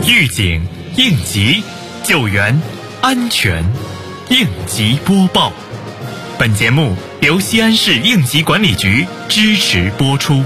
预警、应急、救援、安全，应急播报。本节目由西安市应急管理局支持播出。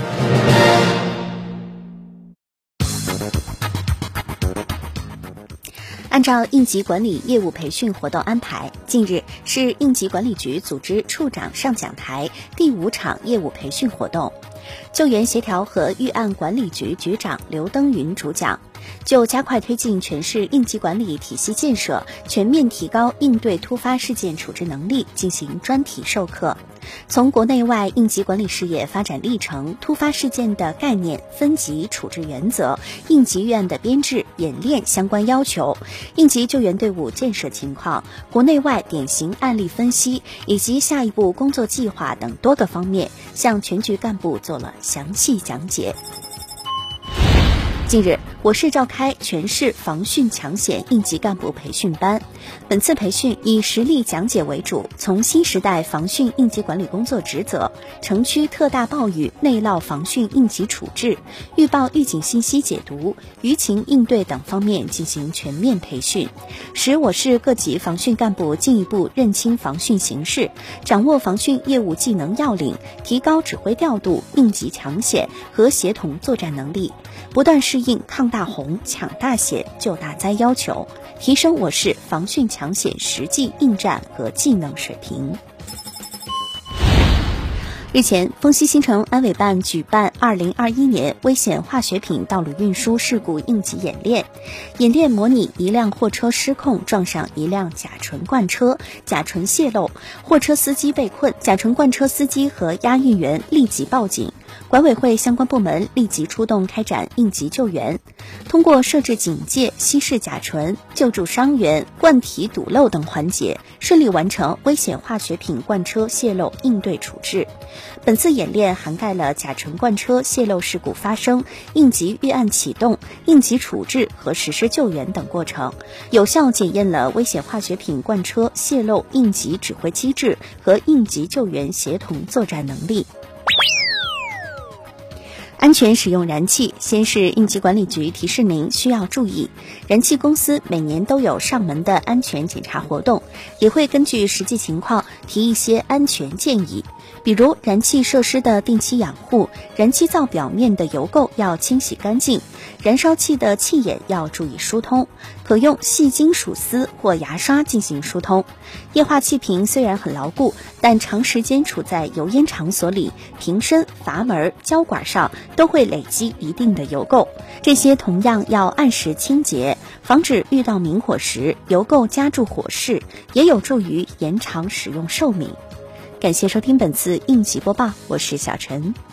按照应急管理业务培训活动安排，近日市应急管理局组织处长上讲台第5场业务培训活动，救援协调和预案管理局局长刘登云主讲，就加快推进全市应急管理体系建设，全面提高应对突发事件处置能力进行专题授课，从国内外应急管理事业发展历程、突发事件的概念、分级处置原则、应急预案的编制、演练相关要求、应急救援队伍建设情况、国内外典型案例分析以及下一步工作计划等多个方面，向全局干部做了详细讲解。近日，我市召开全市防汛抢险应急干部培训班。本次培训以实例讲解为主，从新时代防汛应急管理工作职责、城区特大暴雨内涝防汛应急处置、预报预警信息解读、舆情应对等方面进行全面培训，使我市各级防汛干部进一步认清防汛形势，掌握防汛业务技能要领，提高指挥调度、应急抢险和协同作战能力，不断适应抗大洪、抢大险、救大灾要求，提升我市防汛抢险实际应战和技能水平。日前，丰西新城安委办举办2021年危险化学品道路运输事故应急演练。演练模拟一辆货车失控撞上一辆甲醇罐车，甲醇泄漏，货车司机被困，甲醇罐车司机和押运员立即报警。管委会相关部门立即出动开展应急救援，通过设置警戒、稀释甲醇、救助伤员、罐体堵漏等环节，顺利完成危险化学品罐车泄漏应对处置。本次演练涵盖了甲醇罐车泄漏事故发生、应急预案启动、应急处置和实施救援等过程，有效检验了危险化学品罐车泄漏应急指挥机制和应急救援协同作战能力。安全使用燃气，西安市应急管理局提示您需要注意，燃气公司每年都有上门的安全检查活动，也会根据实际情况提一些安全建议，比如燃气设施的定期养护，燃气灶表面的油垢要清洗干净，燃烧器的气眼要注意疏通，可用细金属丝或牙刷进行疏通。液化气瓶虽然很牢固，但长时间处在油烟场所里，瓶身、阀门、胶管上都会累积一定的油垢，这些同样要按时清洁，防止遇到明火时油垢夹住火势，也有助于延长使用寿命。感谢收听本次应急播报，我是小陈。